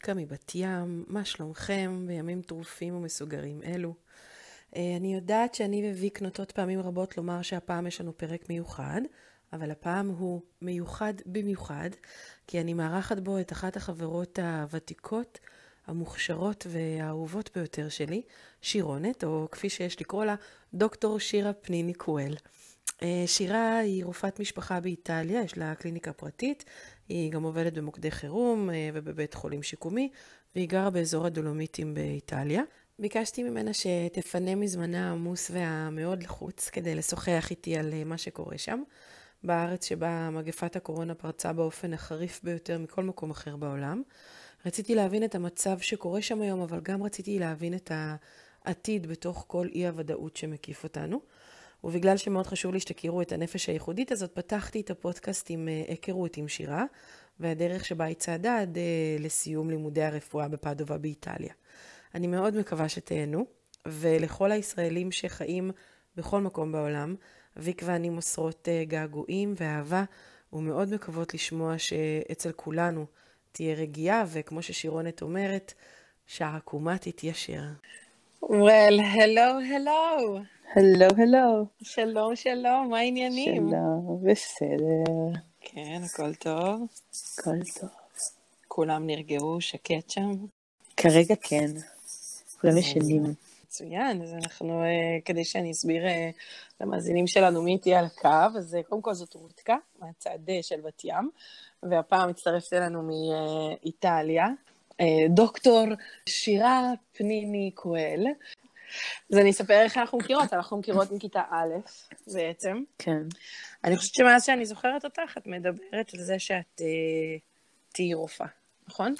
רבקה מבת ים, מה שלומכם בימים טרופים ומסוגרים אלו? אני יודעת שאני וויק נוטות פעמים רבות לומר שהפעם יש לנו פרק מיוחד, אבל הפעם הוא מיוחד במיוחד, כי אני מארחת בו את אחת החברות הוותיקות, המוכשרות והאהובות ביותר שלי, שירונת, או כפי שיש לקרוא לה, דוקטור שירה פניני קואל. שירה היא רופאת משפחה באיטליה, יש לה קליניקה פרטית, היא גם עובדת במוקדי חירום ובבית חולים שיקומי, והיא גרה באזור הדולומיטים באיטליה. ביקשתי ממנה שתפנה מזמנה העמוס והמאוד לחוץ כדי לשוחח איתי על מה שקורה שם, בארץ שבה מגפת הקורונה פרצה באופן החריף ביותר מכל מקום אחר בעולם. רציתי להבין את המצב שקורה שם היום, אבל גם רציתי להבין את העתיד בתוך כל אי הוודאות שמקיף אותנו. ובגלל שמאוד חשוב לי שתכירו את הנפש הייחודית הזאת, פתחתי את הפודקאסט עם היכרות עם שירה, והדרך שבה היא צעדה עד לסיום לימודי הרפואה בפאדובה באיטליה. אני מאוד מקווה שתהנו, ולכל הישראלים שחיים בכל מקום בעולם, ויק ואני מוסרות געגועים ואהבה, ומאוד מקוות לשמוע שאצל כולנו תהיה רגיעה, וכמו ששירונת אומרת, שהעקומה תתיישר. Well, hello. hello. שלום, שלום, מה העניינים? שלום, בסדר. כן, הכל טוב. הכל טוב. כולם נרגעו, שקט שם? כרגע כן. כולם ישנים. מצוין, אז אנחנו, כדי שאני אסביר למאזינים שלנו מי תהיה על הקו, אז קודם כל זאת רותקה, מהצד של בת ים, והפעם מצטרפת אלינו מאיטליה, דוקטור שירה פניני קואל. אז אני אספר איך אנחנו מכירות מכיתה א' בעצם. כן. אני חושבת שמאז שאני זוכרת אותך, את מדברת על זה שאת תהיי רופאה, נכון?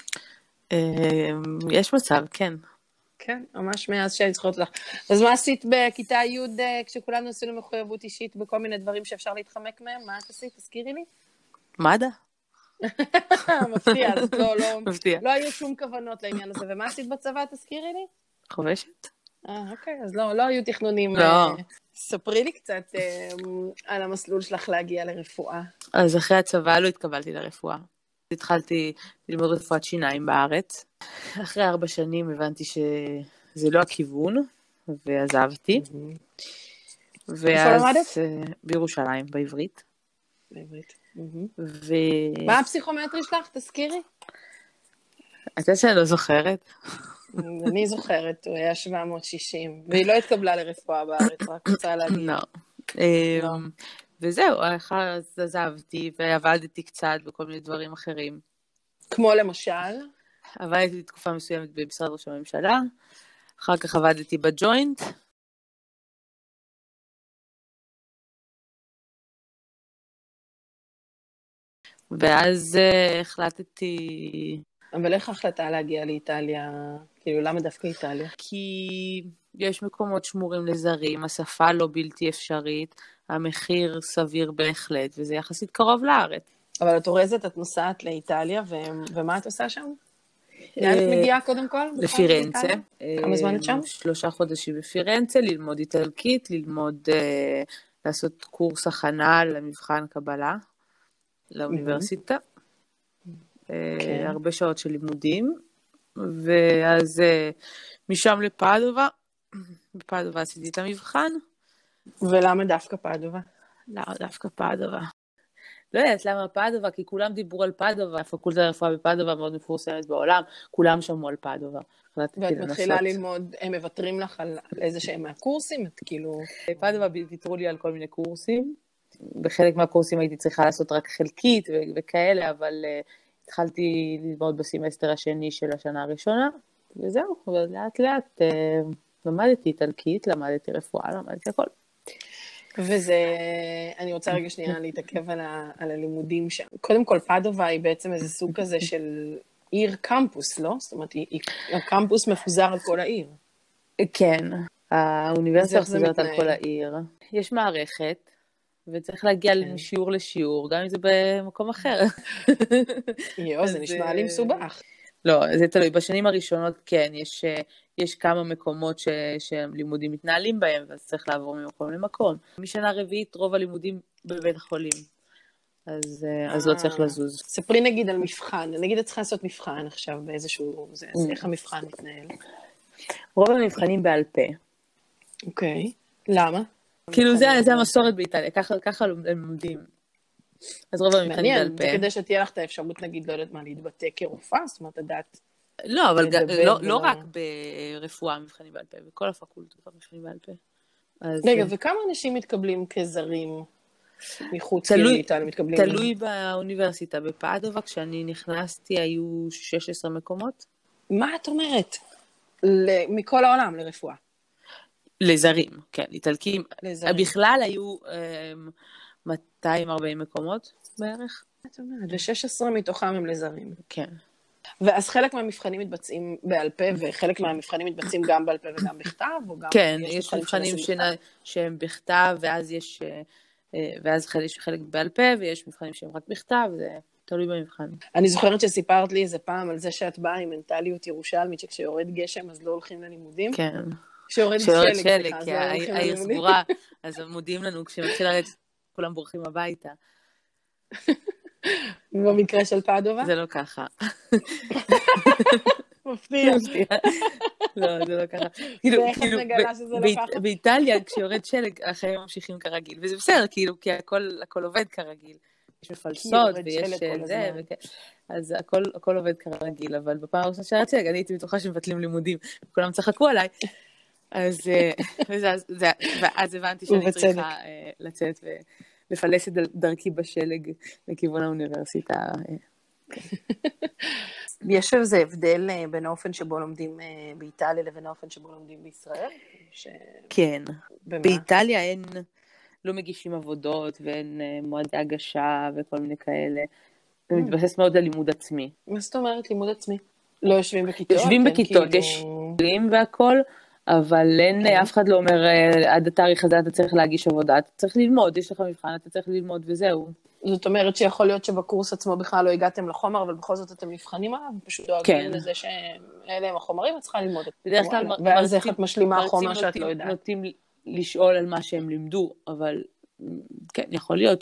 יש מצב, כן. כן, ממש מאז שאני זוכרת אותך. אז מה עשית בכיתה י' כשכולנו עשינו מחויבות אישית בכל מיני דברים שאפשר להתחמק מהם? מה את עשית? תזכירי לי. מד"א? מפתיע, אז מפתיע. לא היו שום כוונות לעניין הזה. ומה עשית בצבא? תזכירי לי. חובשת? אוקיי, אז לא היו תכנונים. לא. ספרי לי קצת על המסלול שלך להגיע לרפואה. אז אחרי הצבא לא התקבלתי לרפואה. התחלתי ללמוד רפואת שיניים בארץ. אחרי 4 שנים הבנתי שזה לא הכיוון, ועזבתי. ואז בירושלים, בעברית. בעברית. מה הפסיכומטרי שלך? תזכירי. את יודעת שאני לא זוכרת. אני זוכרת, הוא היה 760, והיא לא התקבלה לרפואה בארץ, רק רוצה להגיד. לא. וזהו, אז עזבתי ועבדתי קצת בכל מיני דברים אחרים. כמו למשל? עבדתי תקופה מסוימת במשרד ראש הממשלה, אחר כך עבדתי בג'וינט. ואז החלטתי... אבל איך ההחלטה להגיע לאיטליה? כאילו, למה דווקא איטליה? כי יש מקומות שמורים לזרים, השפה לא בלתי אפשרית, המחיר סביר בהחלט, וזה יחסית קרוב לארץ. אבל את אורזת, את נוסעת לאיטליה, ומה את עושה שם? לאן את מגיעה קודם כל? לפירנצה. כמה זמן את שם? 3 חודשים בפירנצה, ללמוד איטלקית, לעשות קורס הכנה למבחן קבלה לאוניברסיטה. הרבה שעות של לימודים, ואז משם לפאדובה, בפאדובה עשיתי את המבחן. ולמה דווקא פאדובה? למה דווקא פאדובה? לא יודעת למה פאדובה, כי כולם דיברו על פאדובה, הפקולטה לרפואה בפאדובה מאוד מפורסמת בעולם, כולם שמעו על פאדובה. ואת מתחילה ללמוד, הם מבטרים לך על איזה שהם מהקורסים? את כאילו... פאדובה ויתרו לי על כל מיני קורסים, בחלק מהקורסים הייתי צריכה לעשות רק חלקית וכאלה, אבל התחלתי ללמוד בסמסטר השני של השנה הראשונה, וזהו, ולאט לאט למדתי איטלקית, למדתי רפואה, למדתי הכל. וזה, אני רוצה רגע שנייה להתעכב על הלימודים שם. קודם כל, פאדובה היא בעצם איזה סוג כזה של עיר קמפוס, לא? זאת אומרת, הקמפוס מפוזר על כל העיר. כן, האוניברסיטה מפוזרת על כל העיר. יש מערכת, וצריך להגיע משיעור לשיעור, גם אם זה במקום אחר. זה נשמע לי מסובך. לא, זה תלוי. בשנים הראשונות, כן, יש כמה מקומות שלימודים מתנהלים בהם, ואז צריך לעבור ממקום למקום. משנה רביעית, רוב הלימודים בבית החולים. אז לא צריך לזוז. ספרי נגיד על מבחן, נגיד את צריכה לעשות מבחן עכשיו באיזשהו, אז איך המבחן מתנהל? רוב המבחנים בעל פה. אוקיי, למה? כאילו זה המסורת באיטליה, ככה הם לומדים. אז רוב המבחנים בעל פה. מעניין, זה כדי שתהיה לך את האפשרות, נגיד, לא יודעת מה, להתבטא כרופאה, זאת אומרת, לדעת... לא, אבל לא רק ברפואה מבחנים בעל פה, בכל הפקולטות המבחנים בעל פה. רגע, וכמה אנשים מתקבלים כזרים מחוץ לאיטליה? תלוי באוניברסיטה. בפאדובה, כשאני נכנסתי, היו 16 מקומות. מה את אומרת? מכל העולם לרפואה. לזרים, כן, איטלקים. בכלל היו 240 מקומות בערך. את אומרת, ו-16 מתוכם הם לזרים. כן. ואז חלק מהמבחנים מתבצעים בעל פה, וחלק מהמבחנים מתבצעים גם בעל פה וגם בכתב, או גם... כן, יש מבחנים שהם בכתב, ואז חלק בעל פה, ויש מבחנים שהם רק בכתב, זה תלוי במבחן. אני זוכרת שסיפרת לי איזה פעם על זה שאת באה עם מנטליות ירושלמית, שכשיורד גשם אז לא הולכים ללימודים. כן. כשיורד שלג, כי העיר סגורה, אז מודיעים לנו, כשמתחיל לרדת, כולם בורחים הביתה. במקרה של פאדובה? זה לא ככה. מפתיע. לא, זה לא ככה. ואיך את מגלה שזה לא ככה? באיטליה, כשיורד שלג, החיים ממשיכים כרגיל, וזה בסדר, כאילו, כי הכל עובד כרגיל. יש מפלסות, ויש זה, אז הכל עובד כרגיל, אבל בפעם הראשונה שירד שלג, אני הייתי בטוחה שמבטלים לימודים, וכולם צחקו עליי, אז הבנתי שאני צריכה לצאת ולפלס את דרכי בשלג לכיוון האוניברסיטה. יש איזה הבדל בין האופן שבו לומדים באיטליה לבין האופן שבו לומדים בישראל? כן. באיטליה לא מגישים עבודות ואין מועדי הגשה וכל מיני כאלה. זה מתבסס מאוד על לימוד עצמי. מה זאת אומרת לימוד עצמי? לא יושבים בכיתות? יושבים בכיתות, יש כלים והכל, אבל אף אחד לא אומר, עד התאריך הזה אתה צריך להגיש עבודה, אתה צריך ללמוד, יש לך מבחן, אתה צריך ללמוד וזהו. זאת אומרת שיכול להיות שבקורס עצמו בכלל לא הגעתם לחומר, אבל בכל זאת אתם נבחנים עליו, פשוט דואגים לזה שאלה הם החומרים, את צריכה ללמוד. בדרך כלל ואז איך את משלימה החומר שאת לא יודעת. נוטים לשאול על מה שהם לימדו, אבל כן, יכול להיות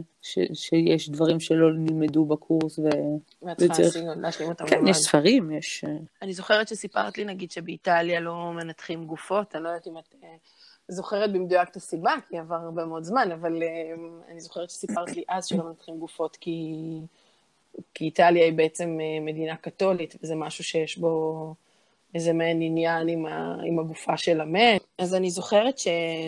שיש דברים שלא נלמדו בקורס, ואת צריכה להשלים אותם. כן, יש ספרים, יש... אני זוכרת שסיפרת לי, נגיד, שבאיטליה לא מנתחים גופות, אני לא יודעת אם את זוכרת במדויק את הסיבה, כי עבר הרבה מאוד זמן, אבל אני זוכרת שסיפרת לי אז שלא מנתחים גופות, כי איטליה היא בעצם מדינה קתולית, וזה משהו שיש בו איזה מעין עניין עם הגופה של המת. אז אני זוכרת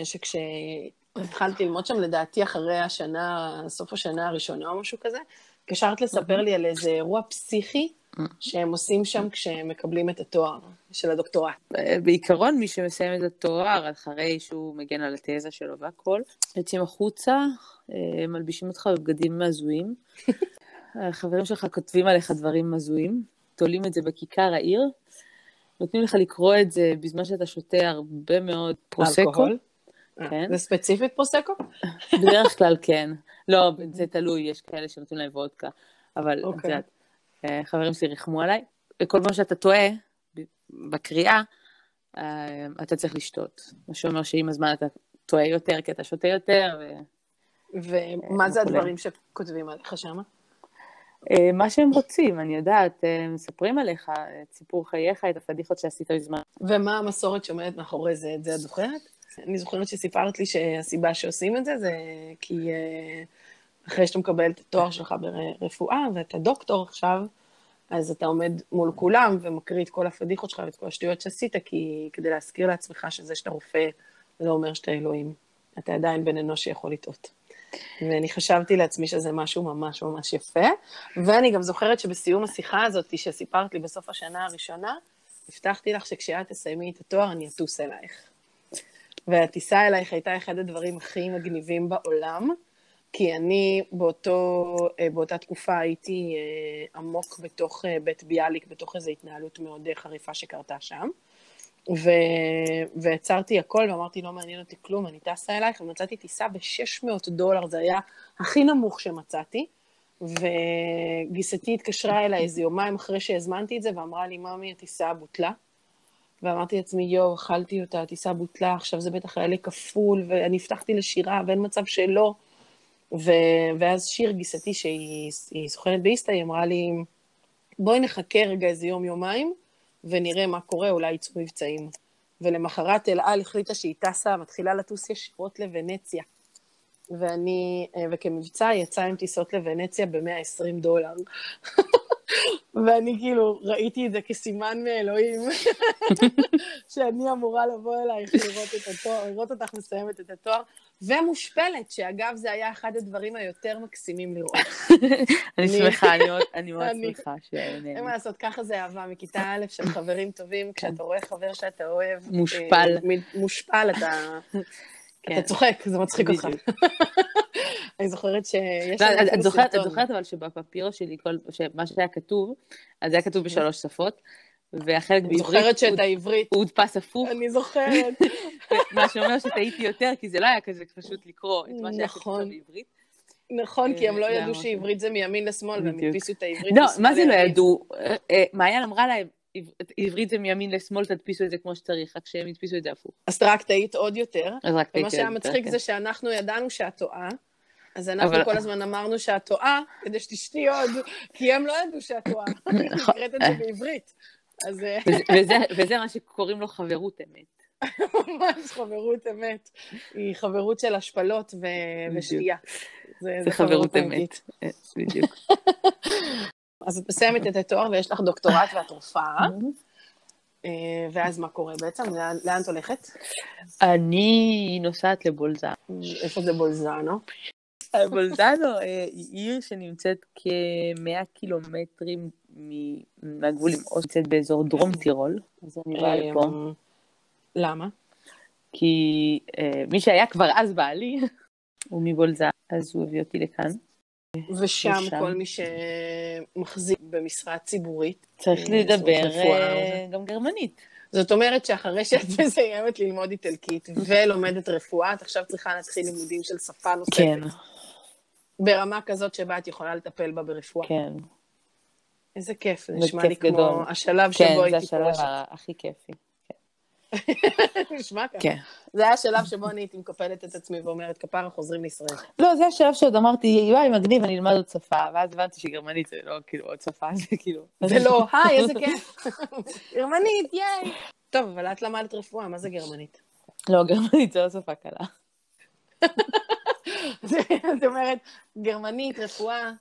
התחלתי ללמוד שם, לדעתי, אחרי סוף השנה הראשונה או משהו כזה, קשרת לספר לי על איזה אירוע פסיכי שהם עושים שם כשהם מקבלים את התואר של הדוקטורט. בעיקרון, מי שמסיים את התואר, אחרי שהוא מגן על התזה שלו והכל, יוצאים החוצה, מלבישים אותך בבגדים מזויים, החברים שלך כותבים עליך דברים מזויים, תולים את זה בכיכר העיר, נותנים לך לקרוא את זה בזמן שאתה שותה הרבה מאוד פרוסקו. אלכוהול? כן. זה ספציפית פרוסקו? בדרך כלל כן. לא, זה תלוי, יש כאלה שנותנים להם וודקה, אבל חברים שלי רחמו עליי, וכל פעם שאתה טועה בקריאה, אתה צריך לשתות. מה שאומר שעם הזמן אתה טועה יותר, כי אתה שותה יותר. ומה זה הדברים שכותבים עליך שם? מה שהם רוצים, אני יודעת, מספרים עליך, את סיפור חייך, את הפדיחות שעשית בזמן. ומה המסורת שעומדת מאחורי זה? את זה את זוכרת? אני זוכרת שסיפרת לי שהסיבה שעושים את זה, זה כי אחרי שאתה מקבל את התואר שלך ברפואה, ואתה דוקטור עכשיו, אז אתה עומד מול כולם, ומקריא את כל הפדיחות שלך ואת כל השטויות שעשית, כדי להזכיר לעצמך שזה שאתה רופא, זה לא אומר שאתה אלוהים. אתה עדיין בן אנוש שיכול לטעות. ואני חשבתי לעצמי שזה משהו ממש ממש יפה, ואני גם זוכרת שבסיום השיחה הזאת, שסיפרת לי בסוף השנה הראשונה, הבטחתי לך שכשאת תסיימי את התואר, אני אטוס אלייך. והטיסה אלייך הייתה אחד הדברים הכי מגניבים בעולם, כי אני באותה תקופה הייתי עמוק בתוך בית ביאליק, בתוך איזו התנהלות מאוד חריפה שקרתה שם, ועצרתי הכל ואמרתי, לא מעניין אותי כלום, אני טסה אלייך, ומצאתי טיסה $600, זה היה הכי נמוך שמצאתי, וגיסתי התקשרה אליי איזה יומיים אחרי שהזמנתי את זה, ואמרה לי, ממי, הטיסה בוטלה, ואמרתי לעצמי, אכלתי אותה, הטיסה בוטלה, עכשיו זה בטח היה לי כפול, ואני הבטחתי לשירה, ואין מצב שלא, ואז שיר גיסתי, שהיא סוכנת באיסטה, היא אמרה לי, בואי נחכה רגע איזה יום-יומיים, ונראה מה קורה, אולי יצאו מבצעים. ולמחרת אל על החליטה שהיא טסה, מתחילה לטוס ישירות לוונציה. וכמבצע יצאה עם טיסות לוונציה $120. ואני כאילו ראיתי את זה כסימן מאלוהים, שאני אמורה לבוא אלייך לראות אותך מסיימת את התואר, ומושפלת, שאגב זה היה אחד הדברים היותר מקסימים לראות. אני שמחה, אני מאוד שמחה שנהנית. אין מה לעשות, ככה זה אהבה מכיתה א' של חברים טובים, כשאתה רואה חבר שאתה אוהב, מושפל, אתה צוחק, זה מצחיק אותך. אני זוכרת שיש... את זוכרת אבל שבפפירו שלי, מה שהיה כתוב, אז זה היה כתוב ב3 שפות, והחלק בעברית... זוכרת שאת העברית... הוא הודפס הפוך. אני זוכרת. מה שאומר שטעיתי יותר, כי זה לא היה כזה פשוט לקרוא את מה שהיה כתוב בעברית. נכון, כי הם לא ידעו שעברית זה מימין לשמאל, והם הדפיסו את העברית... לא, מה זה לא ידעו? מעיין אמרה להם, עברית זה מימין לשמאל, תדפיסו את זה כמו שצריך, רק שהם הדפיסו את זה הפוך. אז רק טעית עוד יותר. ומה שהיה מצחיק זה שאנחנו ידענו שאת טועה, אז אנחנו כל הזמן אמרנו שאת טועה, כדי שתשתי עוד, כי הם לא ידעו שאת טועה. הקראת את זה בעברית. וזה מה שקוראים לו חברות אמת. ממש חברות אמת. היא חברות של השפלות ושתייה. זה חברות אמת. בדיוק. אז את מסיימת את התואר ויש לך דוקטורט ואת רופאה, ואז מה קורה בעצם? לאן את הולכת? אני נוסעת לבולזאנו. איפה זה בולזאנו? בולזאנו היא עיר שנמצאת כ100 קילומטרים מהגבול עם אוסטריה, נמצאת באזור דרום טירול, אז אני באה לפה. למה? כי מי שהיה כבר אז בעלי, הוא מבולזאנו, אז הוא הביא אותי לכאן. ושם כל מי שמחזיק במשרה ציבורית צריך לדבר גם גרמנית. זאת אומרת שאחרי שאת מסיימת ללמוד איטלקית ולומדת רפואה, את עכשיו צריכה להתחיל לימודים של שפה נוספת. כן. ברמה כזאת שבה את יכולה לטפל בה ברפואה. כן. איזה כיף, זה נשמע לי כמו השלב שבו הייתי פורשת. כן, זה השלב הכי כיפי. נשמע ככה. כן. זה היה השלב שבו אני הייתי מקפלת את עצמי ואומרת, כפרה חוזרים לישראל. לא, זה השלב שעוד אמרתי, וואי, מגניב, אני אלמד עוד שפה, ואז הבנתי שגרמנית זה לא כאילו עוד שפה, זה כאילו... זה לא, איזה כיף. גרמנית, ייי. טוב, אבל את למדת רפואה, מה זה גרמנית? לא, גרמנית זה לא שפה קלה. זאת אומרת, גרמנית, רפואה,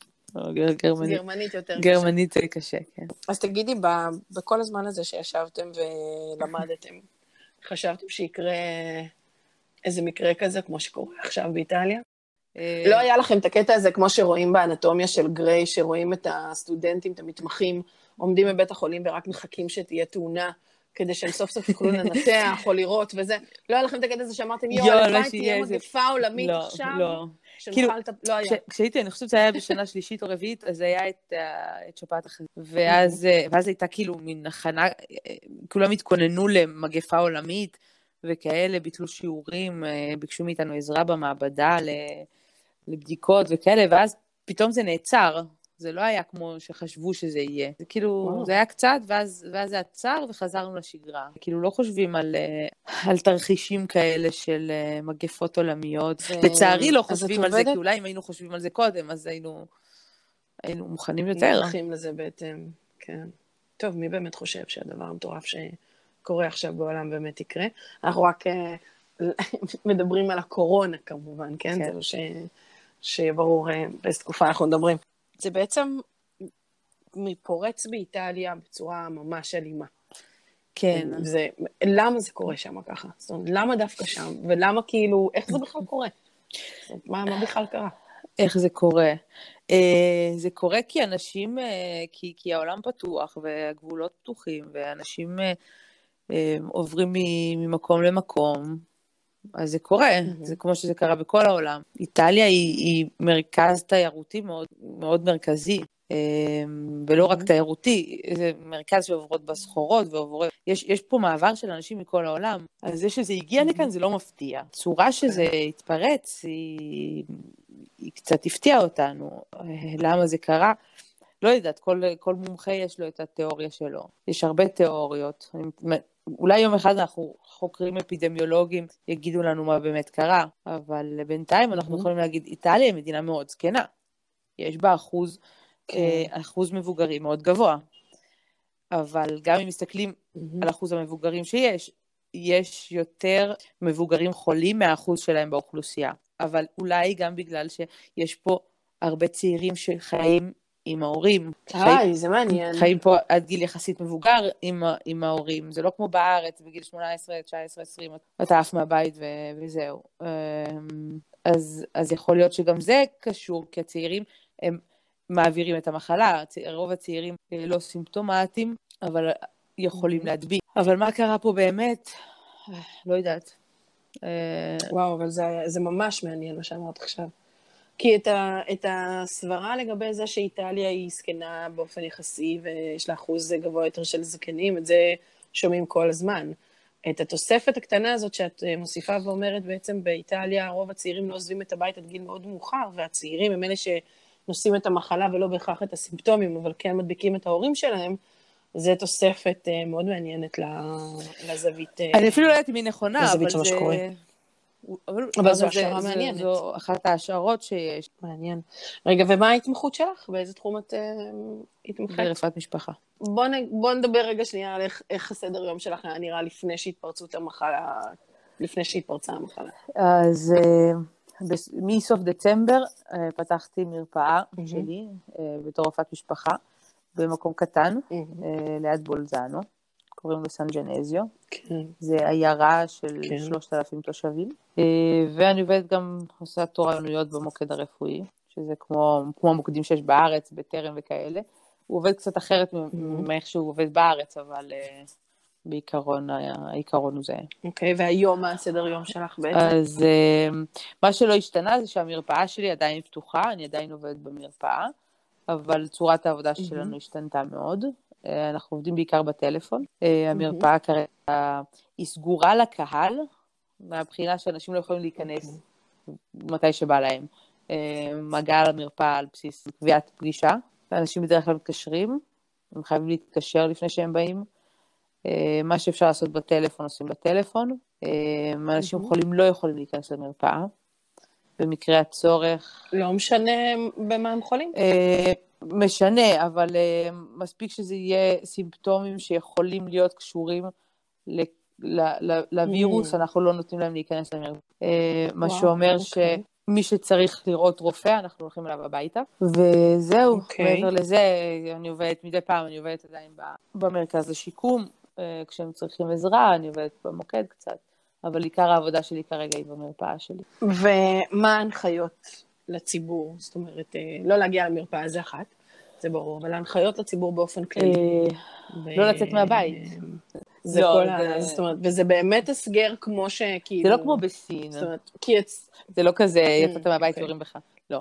גרמנית יותר קשה. גרמנית זה קשה, כן. אז תגידי, בכל הזמן הזה שישבתם ולמדתם, חשבתם שיקרה איזה מקרה כזה, כמו שקורה עכשיו באיטליה? לא היה לכם את הקטע הזה, כמו שרואים באנטומיה של גריי, שרואים את הסטודנטים, את המתמחים, עומדים בבית החולים ורק מחכים שתהיה תאונה, כדי שהם סוף סוף יוכלו לנתח או לראות וזה. לא היה לכם את הקטע הזה שאמרתם, הלוואי תהיה מגפה עולמית עכשיו? לא. לא היה. כשהייתי, אני חושבת שזה היה בשנה שלישית או רביעית, אז היה את שפעת החזיר. ואז הייתה כאילו מין הכנה, כולם התכוננו למגפה עולמית, וכאלה ביטלו שיעורים, ביקשו מאיתנו עזרה במעבדה לבדיקות וכאלה, ואז פתאום זה נעצר. זה לא היה כמו שחשבו שזה יהיה. זה כאילו, זה היה קצת, ואז זה עצר וחזרנו לשגרה. כאילו לא חושבים על תרחישים כאלה של מגפות עולמיות. לצערי לא חושבים על זה, כי אולי אם היינו חושבים על זה קודם, אז היינו מוכנים יותר. מוכנים לזה בעצם, כן. טוב, מי באמת חושב שהדבר המטורף שקורה עכשיו בעולם באמת יקרה? אנחנו רק מדברים על הקורונה כמובן, כן? זה לא שברור באיזו תקופה אנחנו מדברים. זה בעצם פורץ באיטליה בצורה ממש אלימה. כן. למה זה קורה שם ככה? זאת אומרת, למה דווקא שם? ולמה כאילו, איך זה בכלל קורה? מה בכלל קרה? איך זה קורה? זה קורה כי אנשים, כי העולם פתוח והגבולות פתוחים, ואנשים עוברים ממקום למקום, אז זה קורה, זה כמו שזה קרה בכל העולם. איטליה היא מרכז תיירותי מאוד, מאוד מרכזי, ולא רק תיירותי, זה מרכז שעוברות בסחורות, יש פה מעבר של אנשים מכל העולם, אז זה שזה הגיע לכאן זה לא מפתיע. צורה שזה התפרץ, היא קצת הפתיעה אותנו. למה זה קרה? לא יודעת, כל מומחה יש לו את התיאוריה שלו. יש הרבה תיאוריות. אולי יום אחד אנחנו חוקרים אפידמיולוגים יגידו לנו מה באמת קרה, אבל בינתיים אנחנו יכולים להגיד, איטליה היא מדינה מאוד זקנה. יש בה אחוז מבוגרים מאוד גבוה. אבל גם אם מסתכלים על אחוז המבוגרים יש יותר מבוגרים חולים מהאחוז שלהם באוכלוסייה. אבל אולי גם בגלל שיש פה הרבה צעירים שחיים עם ההורים. זה מעניין. חיים פה עד גיל יחסית מבוגר עם ההורים. זה לא כמו בארץ, בגיל 18, 19, 20, אתה עף מהבית וזהו. אז יכול להיות שגם זה קשור, כי הצעירים הם מעבירים את המחלה. רוב הצעירים לא סימפטומטיים, אבל יכולים להדביק. אבל מה קרה פה באמת? לא יודעת. וואו, אבל זה ממש מעניין מה שאמרת עכשיו. כי את הסברה לגבי זה שאיטליה היא זקנה באופן יחסי, ויש לה אחוז גבוה יותר של זקנים, את זה שומעים כל הזמן. את התוספת הקטנה הזאת שאת מוסיפה ואומרת, בעצם באיטליה רוב הצעירים לא עוזבים את הבית עד גיל מאוד מאוחר, והצעירים הם אלה שנושאים את המחלה ולא בהכרח את הסימפטומים, אבל כן מדביקים את ההורים שלהם, זה תוספת מאוד מעניינת לזווית. אני אפילו לא יודעת אם היא נכונה, אבל זה... אבל זו השערה מעניינת. זו אחת ההשערות שיש. מעניין. רגע, ומה ההתמחות שלך? באיזה תחום את התמחת? ברפואת משפחה. בוא נדבר רגע שנייה על איך הסדר יום שלך היה נראה לפני שהתפרצה המחלה. אז מסוף דצמבר פתחתי מרפאה שלי בתור רופאת משפחה, במקום קטן, ליד בולזאנו. קוראים לו סן ג'נזיו, זה עיירה של 3,000 תושבים, ואני עובדת גם, עושה תורנויות במוקד הרפואי, שזה כמו המוקדים שיש בארץ, בטרם וכאלה, הוא עובד קצת אחרת מאיך שהוא עובד בארץ, אבל בעיקרון, העיקרון הוא זה. אוקיי, והיום מה הסדר יום שלך בעצם? אז מה שלא השתנה זה שהמרפאה שלי עדיין פתוחה, אני עדיין עובדת במרפאה, אבל צורת העבודה שלנו השתנתה מאוד, אנחנו עובדים בעיקר בטלפון, המרפאה כרגע היא סגורה לקהל, מהבחינה שאנשים לא יכולים להיכנס מתי שבא להם. מגעה למרפאה על בסיס קביעת פגישה, ואנשים בדרך כלל מתקשרים, הם חייבים להתקשר לפני שהם באים, מה שאפשר לעשות בטלפון עושים בטלפון, אנשים חולים לא יכולים להיכנס למרפאה, במקרה הצורך... לא משנה במה הם חולים? משנה, אבל מספיק שזה יהיה סימפטומים שיכולים להיות קשורים לווירוס, אנחנו לא נותנים להם להיכנס למרפאה. מה שאומר שמי שצריך לראות רופא, אנחנו הולכים אליו הביתה. וזהו, מעבר לזה, אני עובדת מדי פעם, אני עובדת עדיין במרכז לשיקום, כשהם צריכים עזרה, אני עובדת במוקד קצת, אבל עיקר העבודה שלי כרגע היא במרפאה שלי. ומה ההנחיות לציבור? זאת אומרת, לא להגיע למרפאה זה אחת, זה ברור, אבל ההנחיות לציבור באופן כללי. לא לצאת מהבית. זה כל זאת אומרת, וזה באמת הסגר כמו שכאילו... זה לא כמו בסין. זאת אומרת, זה לא כזה, יצאת מהבית יורים בך. לא.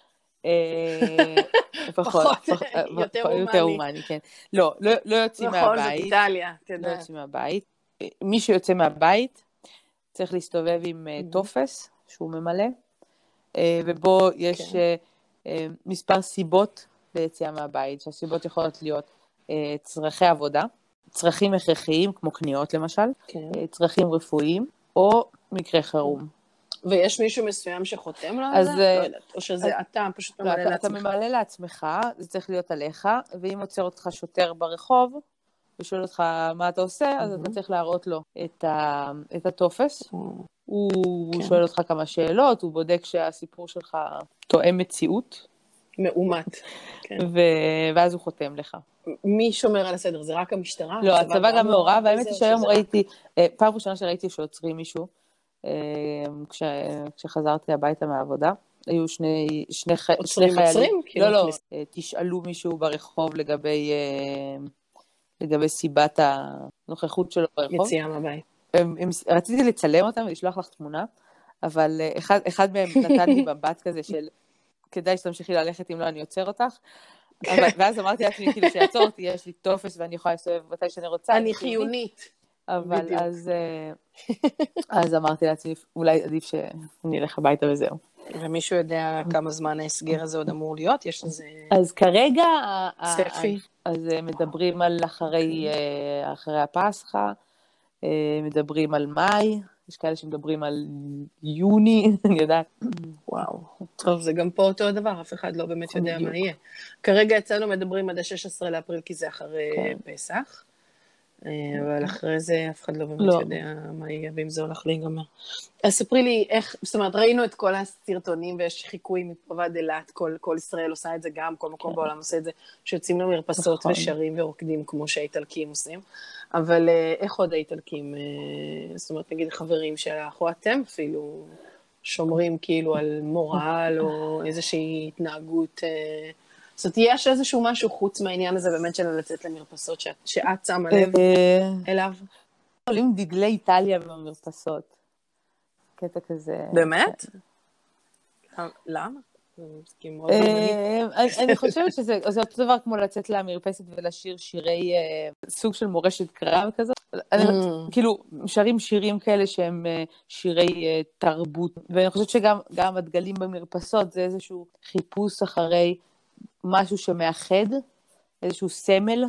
פחות, יותר הומני, כן. לא יוצאים מהבית. נכון, זאת איטליה, תדע. לא יוצאים מהבית. מי שיוצא מהבית צריך להסתובב עם טופס שהוא ממלא, ובו יש מספר סיבות ליציאה מהבית, שהסיבות יכולות להיות צרכי עבודה, צרכים הכרחיים, כמו קניות למשל, צרכים רפואיים, או מקרה חירום. ויש מישהו מסוים שחותם לו על זה? לא יודעת, או שזה אתה פשוט ממלא לעצמך? אתה ממלא לעצמך, זה צריך להיות עליך, ואם עוצר אותך שוטר ברחוב, ושואל אותך מה אתה עושה, אז אתה צריך להראות לו את הטופס. הוא שואל אותך כמה שאלות, הוא בודק שהסיפור שלך תואם מציאות. מאומת. ואז הוא חותם לך. מי שומר על הסדר? זה רק המשטרה? לא, הצבא גם מעורב, והאמת היא שהיום ראיתי, פעם ראשונה שראיתי שעוצרים מישהו, כשחזרתי הביתה מהעבודה, היו שני חיילים. לא, תשאלו מישהו ברחוב לגבי סיבת הנוכחות שלו ברחוב. יציאה מהבית. רציתי לצלם אותם ולשלוח לך תמונה, אבל אחד מהם נתן לי מבט כזה של, כדאי שתמשיכי ללכת אם לא אני עוצר אותך, ואז אמרתי לעצמי כאילו שיעצור אותי, יש לי טופס ואני יכולה לסובב מתי שאני רוצה. אני חיונית. אבל אז אמרתי לעצמי, אולי עדיף שאני אלך הביתה וזהו. ומישהו יודע כמה זמן ההסגר הזה עוד אמור להיות? יש לזה... אז כרגע... צפי. אז מדברים על אחרי הפסחא, מדברים על מאי, יש כאלה שמדברים על יוני, אני יודעת. וואו. טוב, זה גם פה אותו הדבר, אף אחד לא באמת יודע מה יהיה. כרגע אצלנו מדברים עד ה-16 לאפריל, כי זה אחרי פסח, אבל אחרי זה אף אחד לא באמת יודע מה יהיה, ואם זה הולך להיגמר. אז ספרי לי איך, זאת אומרת, ראינו את כל הסרטונים, ויש חיקוי מפה ועד אילת, כל ישראל עושה את זה גם, כל מקום בעולם עושה את זה, שיוצאים למרפסות ושרים ורוקדים, כמו שהאיטלקים עושים. אבל איך עוד האיטלקים, זאת אומרת, נגיד חברים שלך, או אתם אפילו שומרים כאילו על מורל, או איזושהי התנהגות, זאת אומרת, יש איזשהו משהו חוץ מהעניין הזה באמת של לצאת למרפסות, שאת שמה לב אליו? עולים דגלי איטליה במרפסות. קטע כזה. באמת? למה? אני חושבת שזה אותו דבר כמו לצאת למרפסת ולשיר שירי סוג של מורשת קרב כזאת. כאילו, שרים שירים כאלה שהם שירי תרבות, ואני חושבת שגם הדגלים במרפסות זה איזשהו חיפוש אחרי משהו שמאחד, איזשהו סמל.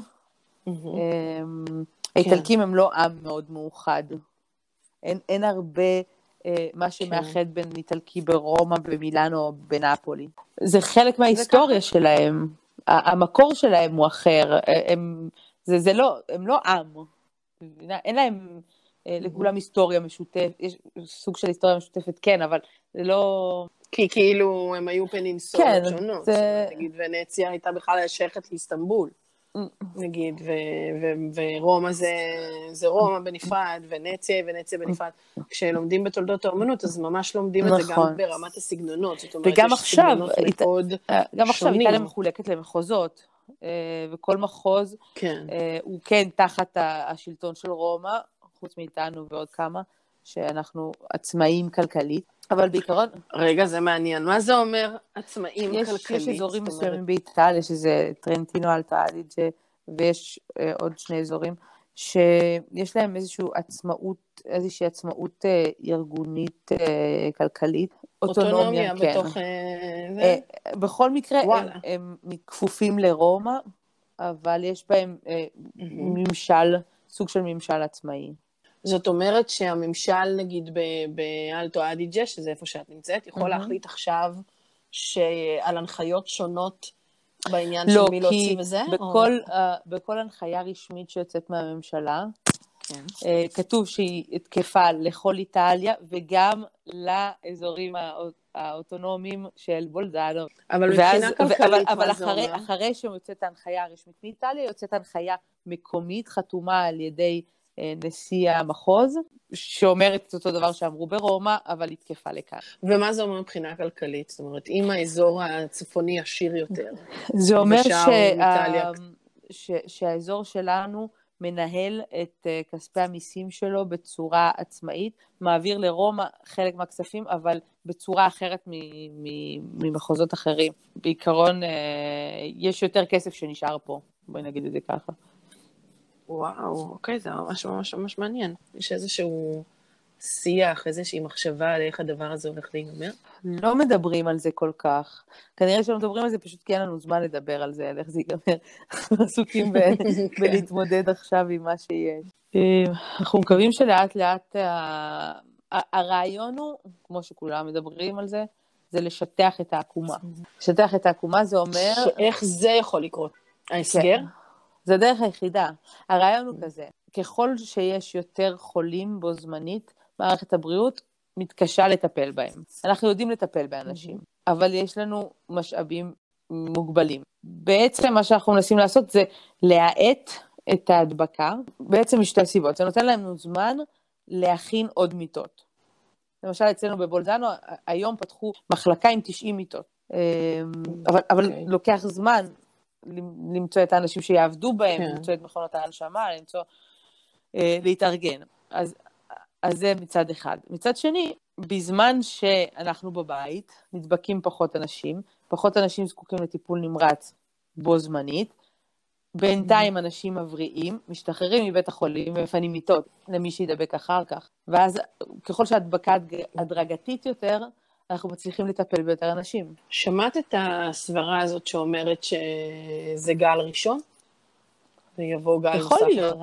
האיטלקים הם לא עם מאוד מאוחד. אין הרבה מה שמאחד בין איטלקי ברומא, במילאנו או בנאפולי. זה חלק מההיסטוריה שלהם. המקור שלהם הוא אחר. הם לא עם. אין להם לכולם היסטוריה משותפת. יש סוג של היסטוריה משותפת, כן, אבל זה לא... כי כאילו הם היו פנינסולות שונות. נגיד, ונציה הייתה בכלל שייכת לאיסטנבול. נגיד, ורומא זה רומא בנפרד, ונציה בנפרד. כשלומדים בתולדות האומנות, אז ממש לומדים את זה גם ברמת הסגנונות. זאת אומרת, וגם יש סגנונות מאוד שונים. גם עכשיו איטליה מחולקת למחוזות, וכל מחוז הוא כן תחת השלטון של רומא, חוץ מאיתנו ועוד כמה, שאנחנו עצמאים כלכלית. אבל בעיקרון... רגע, זה מעניין. מה זה אומר עצמאים כלכלית? יש אזורים מסוימים באיטליה, שזה טרנטינו אלטו אדיג'ה, ויש עוד שני אזורים, שיש להם איזושהי עצמאות ארגונית כלכלית. אוטונומיה בתוך זה? בכל מקרה, הם כפופים לרומא, אבל יש בהם ממשל, סוג של ממשל עצמאי. זאת אומרת שהממשל, נגיד, באלטו אדיג'ה, שזה איפה שאת נמצאת, יכול להחליט עכשיו על הנחיות שונות בעניין של מי להוציא וזה? בכל הנחיה רשמית שיוצאת מהממשלה, כתוב שהיא תקפה לכל איטליה, וגם לאזורים האוטונומיים של בולזאנו. אבל מבחינה כלכלית, מה זה אומר? אבל אחרי שיוצאת ההנחיה הרשמית מאיטליה, יוצאת הנחיה מקומית, חתומה על ידי נשיא המחוז, שאומרת את אותו דבר שאמרו ברומא, אבל היא תקפה לכאן. ומה זה אומר מבחינה כלכלית? זאת אומרת, אם האזור הצפוני עשיר יותר, זה אומר שהאזור שלנו מנהל את כספי המיסים שלו בצורה עצמאית, מעביר לרומא חלק מהכספים, אבל בצורה אחרת ממחוזות אחרים. בעיקרון, יש יותר כסף שנשאר פה, בואי נגיד את זה ככה. וואו, אוקיי, זה ממש ממש ממש מעניין. יש איזשהו שיח, איזושהי מחשבה על איך הדבר הזה הולך להיגמר? לא מדברים על זה כל כך. כנראה שלא מדברים על זה פשוט כי אין לנו זמן לדבר על זה, על איך זה ייגמר. עסוקים בלהתמודד עכשיו עם מה שיש. אנחנו מקווים שלאט לאט הרעיון הוא, כמו שכולם מדברים על זה, זה לשטח את העקומה. לשטח את העקומה זה אומר... שאיך זה יכול לקרות? ההסגר? זה הדרך היחידה. הרעיון הוא כזה, ככל שיש יותר חולים בו זמנית, מערכת הבריאות מתקשה לטפל בהם. אנחנו יודעים לטפל באנשים, אבל יש לנו משאבים מוגבלים. בעצם מה שאנחנו מנסים לעשות זה להאט את ההדבקה, בעצם משתי סיבות. זה נותן לנו זמן להכין עוד מיטות. למשל אצלנו בבולזאנו, היום פתחו מחלקה עם 90 מיטות. אבל לוקח זמן למצוא את האנשים שיעבדו בהם, למצוא את מכונות ההנשמה, להתארגן. אז זה מצד אחד. מצד שני, בזמן שאנחנו בבית, נדבקים פחות אנשים זקוקים לטיפול נמרץ בו זמנית, בינתיים אנשים מבריאים, משתחררים מבית החולים ומפנים מיטות למי שידבק אחר כך. ואז ככל שההדבקה הדרגתית יותר, אנחנו מצליחים לטפל ביותר אנשים. שמעת את הסברה הזאת שאומרת שזה גל ראשון? ויבוא גל נוסף אחריו?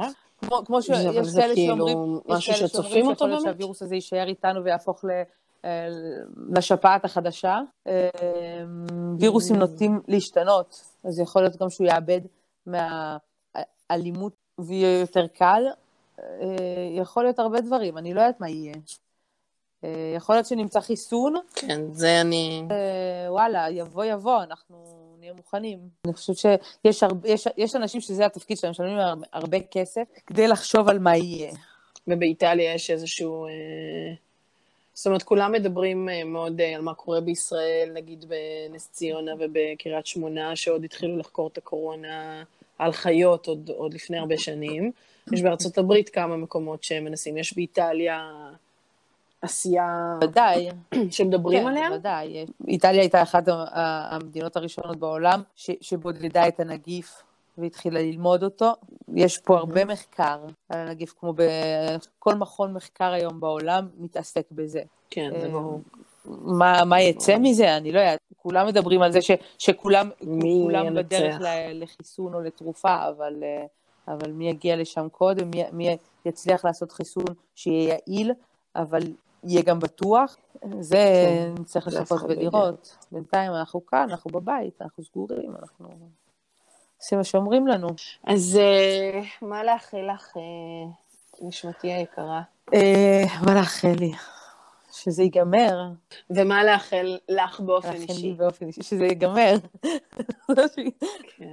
כמו שיש כאלה שאומרים, משהו שצופים אותו שיכול להיות שהווירוס הזה יישאר איתנו ויהפוך לשפעת החדשה. וירוסים נוטים להשתנות, אז יכול להיות גם שהוא יאבד מהאלימות ויהיה יותר קל. יכול להיות הרבה דברים, אני לא יודעת מה יהיה. יכול להיות שנמצא חיסון. כן, זה אני... וואלה, יבוא, אנחנו נהיה מוכנים. אני חושבת שיש אנשים שזה התפקיד שלהם, משלמים הרבה כסף כדי לחשוב על מה יהיה. ובאיטליה יש איזשהו... זאת אומרת, כולם מדברים מאוד על מה קורה בישראל, נגיד בנס ציונה ובקריית שמונה, שעוד התחילו לחקור את הקורונה על חיות עוד לפני הרבה שנים. יש בארצות הברית כמה מקומות שהם מנסים. יש באיטליה עשייה... ודאי. שמדברים עליה? כן, ודאי. איטליה הייתה אחת המדינות הראשונות בעולם שבודדה את הנגיף והתחילה ללמוד אותו. יש פה הרבה מחקר על הנגיף, כמו בכל מכון מחקר היום בעולם מתעסק בזה. כן, זה ברור. מה יצא מזה? אני לא יודעת. כולם מדברים על זה שכולם בדרך לחיסון או לתרופה, אבל מי יגיע לשם קודם, מי יצליח לעשות חיסון שיהיה יעיל, אבל יהיה גם בטוח. זה נצטרך לחכות ולראות. בינתיים אנחנו כאן, אנחנו בבית, אנחנו סגורים, אנחנו עושים מה שאומרים לנו. אז מה לאחל לך, נשמתי היקרה? מה לאחל לי? שזה ייגמר. ומה לאחל לך באופן אישי? לאחל לי באופן אישי, שזה ייגמר. כן.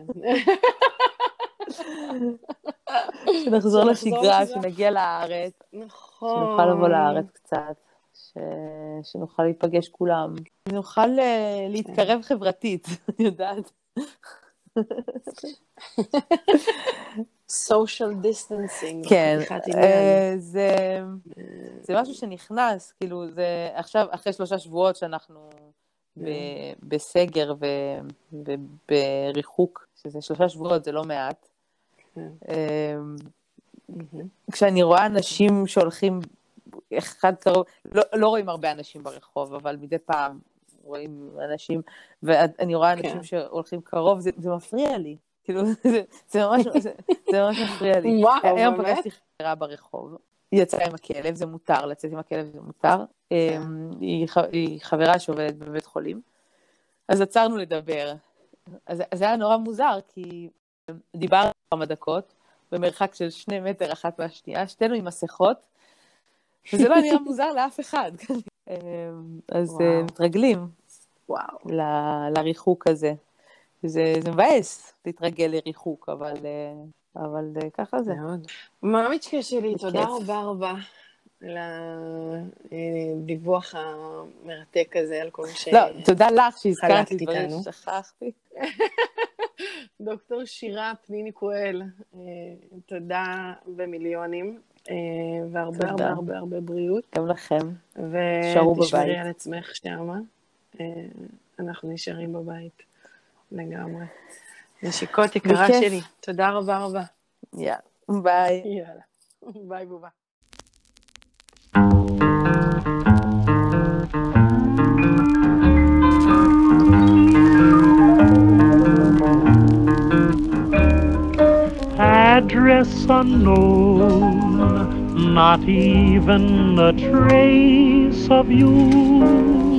שנחזור לשגרה, שנגיע לארץ. נכון. שנוכל לבוא לארץ קצת. שנוכל להיפגש כולם. שנוכל להתקרב חברתית, אני יודעת. social distancing. כן, זה משהו שנכנס, כאילו זה עכשיו, אחרי 3 שבועות שאנחנו בסגר ובריחוק, שזה 3 שבועות, זה לא מעט. כשאני רואה אנשים שהולכים אחד קרוב, לא רואים הרבה אנשים ברחוב, אבל מדי פעם רואים אנשים, ואני רואה אנשים שהולכים קרוב, זה מפריע לי. כאילו, זה ממש מפריע לי. וואו, היום באמת? פגשתי חברה ברחוב, היא יצאה עם הכלב, זה מותר, לצאת עם הכלב זה מותר. היא חברה שעובדת בבית חולים. אז עצרנו לדבר. אז זה היה נורא מוזר, כי דיברנו כמה דקות, במרחק של 2 מטר אחת מהשנייה, שתינו עם מסכות, וזה לא נראה מוזר לאף אחד. אז מתרגלים לריחוק הזה. זה מבאס להתרגל לריחוק, אבל ככה זה. מאמיצ'קה שלי, תודה רבה רבה לדיווח המרתק הזה על כל ש... לא, תודה לך שהזכרת לי דברים ששכחתי. דוקטור שירה פניני כהל, תודה במיליונים, והרבה הרבה הרבה הרבה בריאות. גם לכם. שרו בבית. ותשמרי על עצמך שמה. אנחנו נשארים בבית. לגמרי. נשיקות יקרה שלי. תודה רבה רבה. יאללה. ביי. יאללה. ביי בובה. Address unknown, not even a trace of you.